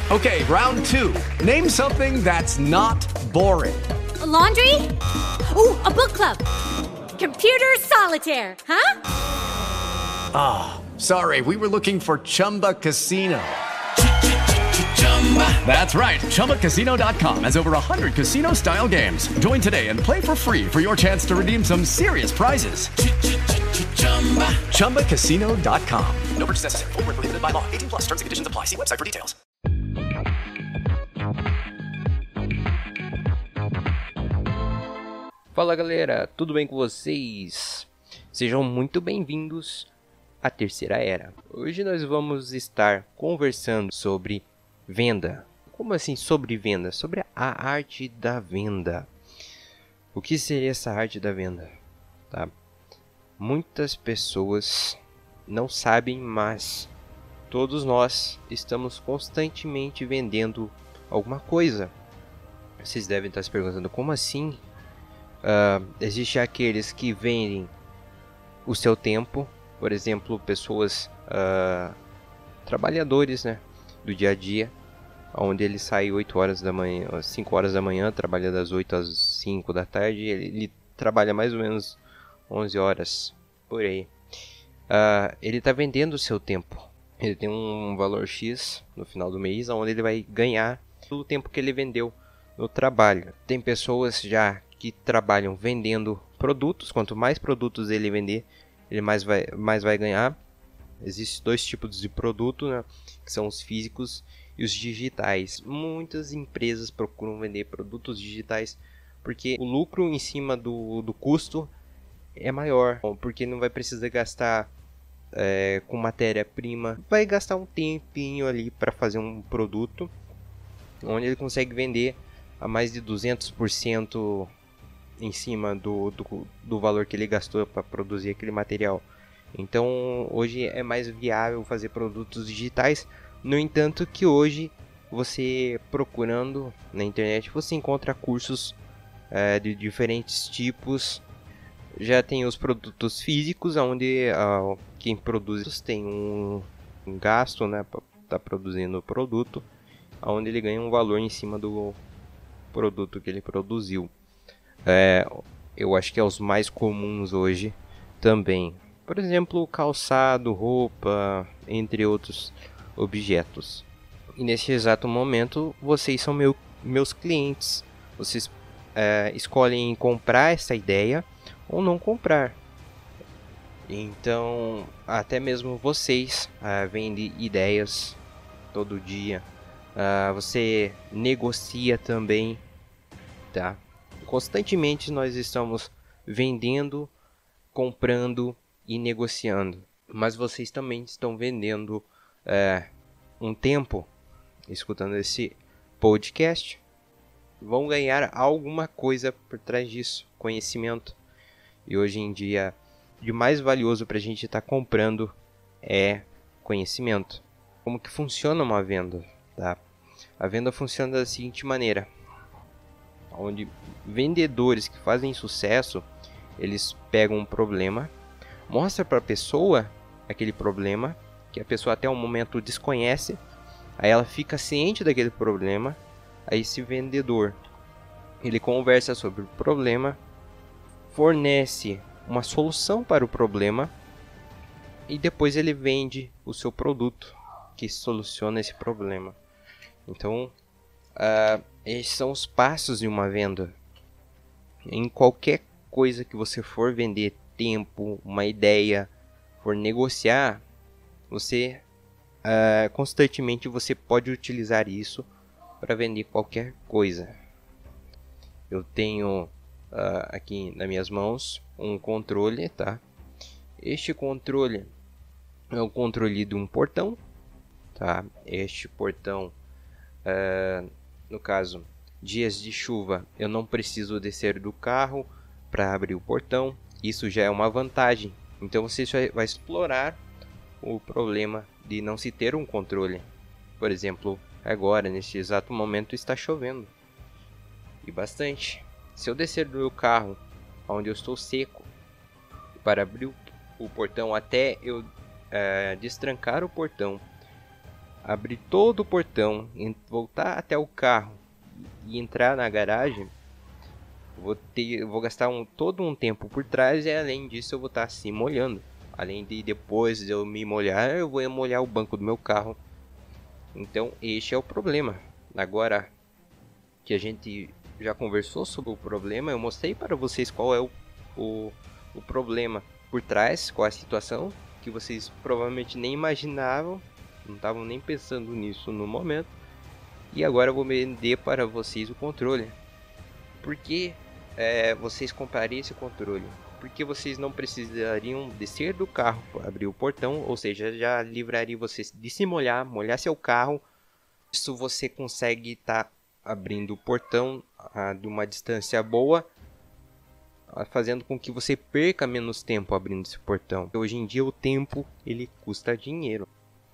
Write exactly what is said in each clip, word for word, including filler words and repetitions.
Okay, round two. Name something that's not boring. A laundry? Ooh, a book club. Computer solitaire, huh? Ah, oh, sorry, we were looking for Chumba Casino. That's right, Chumba Casino dot com has over one hundred casino-style games. Join today and play for free for your chance to redeem some serious prizes. Chumba Casino dot com. No purchase necessary. Void where prohibited by law. eighteen plus terms and conditions apply. See website for details. Fala galera, tudo bem com vocês? Sejam muito bem-vindos à Terceira Era. Hoje nós vamos estar conversando sobre venda. Como assim sobre venda? Sobre a arte da venda. O que seria essa arte da venda? Tá? Muitas pessoas não sabem, mas todos nós estamos constantemente vendendo alguma coisa. Vocês devem estar se perguntando, como assim? Uh, Existem aqueles que vendem o seu tempo, por exemplo, pessoas, uh, trabalhadores, né, do dia a dia, onde ele sai oito horas da manhã, cinco horas da manhã, trabalha das oito às cinco da tarde, ele, ele trabalha mais ou menos onze horas, por aí. Uh, ele está vendendo o seu tempo, ele tem um valor X no final do mês, onde ele vai ganhar pelo tempo que ele vendeu no trabalho. Tem pessoas já que trabalham vendendo produtos. Quanto mais produtos ele vender, ele mais vai, mais vai ganhar. Existem dois tipos de produto, né, que são os físicos e os digitais. Muitas empresas procuram vender produtos digitais porque o lucro em cima do, do custo é maior, porque não vai precisar gastar é, com matéria-prima, vai gastar um tempinho ali para fazer um produto onde ele consegue vender a mais de duzentos por cento em cima do, do, do valor que ele gastou para produzir aquele material. Então hoje é mais viável fazer produtos digitais. No entanto, que hoje você procurando na internet, você encontra cursos é, de diferentes tipos. Já tem os produtos físicos, onde uh, quem produz tem um, um gasto, né, para estar tá produzindo o produto, onde ele ganha um valor em cima do produto que ele produziu. É, eu acho que é os mais comuns hoje também. Por exemplo, calçado, roupa, entre outros objetos. E nesse exato momento, vocês são meu, meus clientes. Vocês é, escolhem comprar essa ideia ou não comprar. Então, até mesmo vocês uh, vendem ideias todo dia. Uh, você negocia também, tá? Constantemente nós estamos vendendo, comprando e negociando. Mas vocês também estão vendendo uh, um tempo, escutando esse podcast. Vão ganhar alguma coisa por trás disso, conhecimento. E hoje em dia, o mais valioso para a gente estar tá comprando é conhecimento. Como que funciona uma venda? Tá? A venda funciona da seguinte maneira, onde vendedores que fazem sucesso, eles pegam um problema, mostra para a pessoa aquele problema, que a pessoa até o momento desconhece, aí ela fica ciente daquele problema, aí esse vendedor, ele conversa sobre o problema, fornece uma solução para o problema e depois ele vende o seu produto que soluciona esse problema. Então, uh, esses são os passos de uma venda. Em qualquer coisa que você for vender, tempo, uma ideia, for negociar, você uh, constantemente você pode utilizar isso para vender qualquer coisa. Eu tenho Uh, aqui nas minhas mãos um controle, tá? Este controle é o controle de um portão, tá? Este portão, uh, no caso, dias de chuva, eu não preciso descer do carro para abrir o portão. Isso já é uma vantagem. Então você vai explorar o problema de não se ter um controle. Por exemplo, agora, neste exato momento, está chovendo e bastante. Se eu descer do meu carro, onde eu estou seco, para abrir o portão até eu é, destrancar o portão, abrir todo o portão, voltar até o carro e entrar na garagem, vou ter, vou gastar um, todo um tempo por trás, e além disso eu vou estar assim molhando. Além de depois de eu me molhar, eu vou molhar o banco do meu carro. Então este é o problema. Agora que a gente já conversou sobre o problema, eu mostrei para vocês qual é o, o, o problema por trás, qual é a situação, que vocês provavelmente nem imaginavam, não estavam nem pensando nisso no momento. E agora eu vou vender para vocês o controle. Por que é, vocês comprariam esse controle? Porque vocês não precisariam descer do carro para abrir o portão, ou seja, já livraria vocês de se molhar, molhar seu carro. Isso você consegue estar tá abrindo o portão a, de uma distância boa, a, fazendo com que você perca menos tempo abrindo esse portão. Hoje em dia o tempo ele custa dinheiro.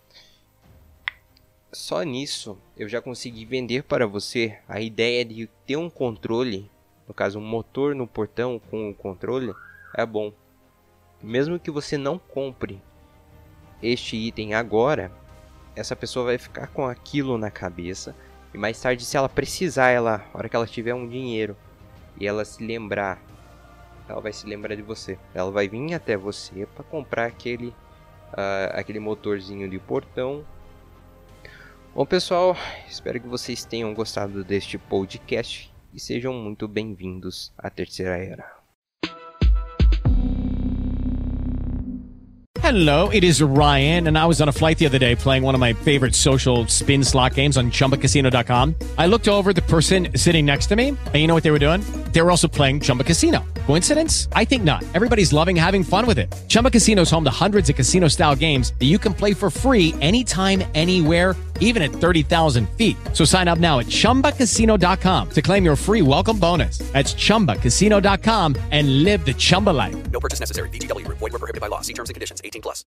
Só nisso eu já consegui vender para você a ideia de ter um controle, no caso um motor no portão com o controle. É bom. Mesmo que você não compre este item agora, essa pessoa vai ficar com aquilo na cabeça. E mais tarde, se ela precisar, ela, na hora que ela tiver um dinheiro e ela se lembrar, ela vai se lembrar de você. Ela vai vir até você para comprar aquele, uh, aquele motorzinho de portão. Bom, pessoal, espero que vocês tenham gostado deste podcast e sejam muito bem-vindos à Terceira Era. Hello, it is Ryan, and I was on a flight the other day playing one of my favorite social spin slot games on Chumba Casino dot com. I looked over at the person sitting next to me, and you know what they were doing? They were also playing Chumba Casino. Coincidence? I think not. Everybody's loving having fun with it. Chumba Casino is home to hundreds of casino-style games that you can play for free anytime, anywhere, even at thirty thousand feet. So sign up now at Chumba Casino dot com to claim your free welcome bonus. That's Chumba Casino dot com and live the Chumba life. No purchase necessary. V G W. Void where prohibited by law. See terms and conditions. eighteen plus.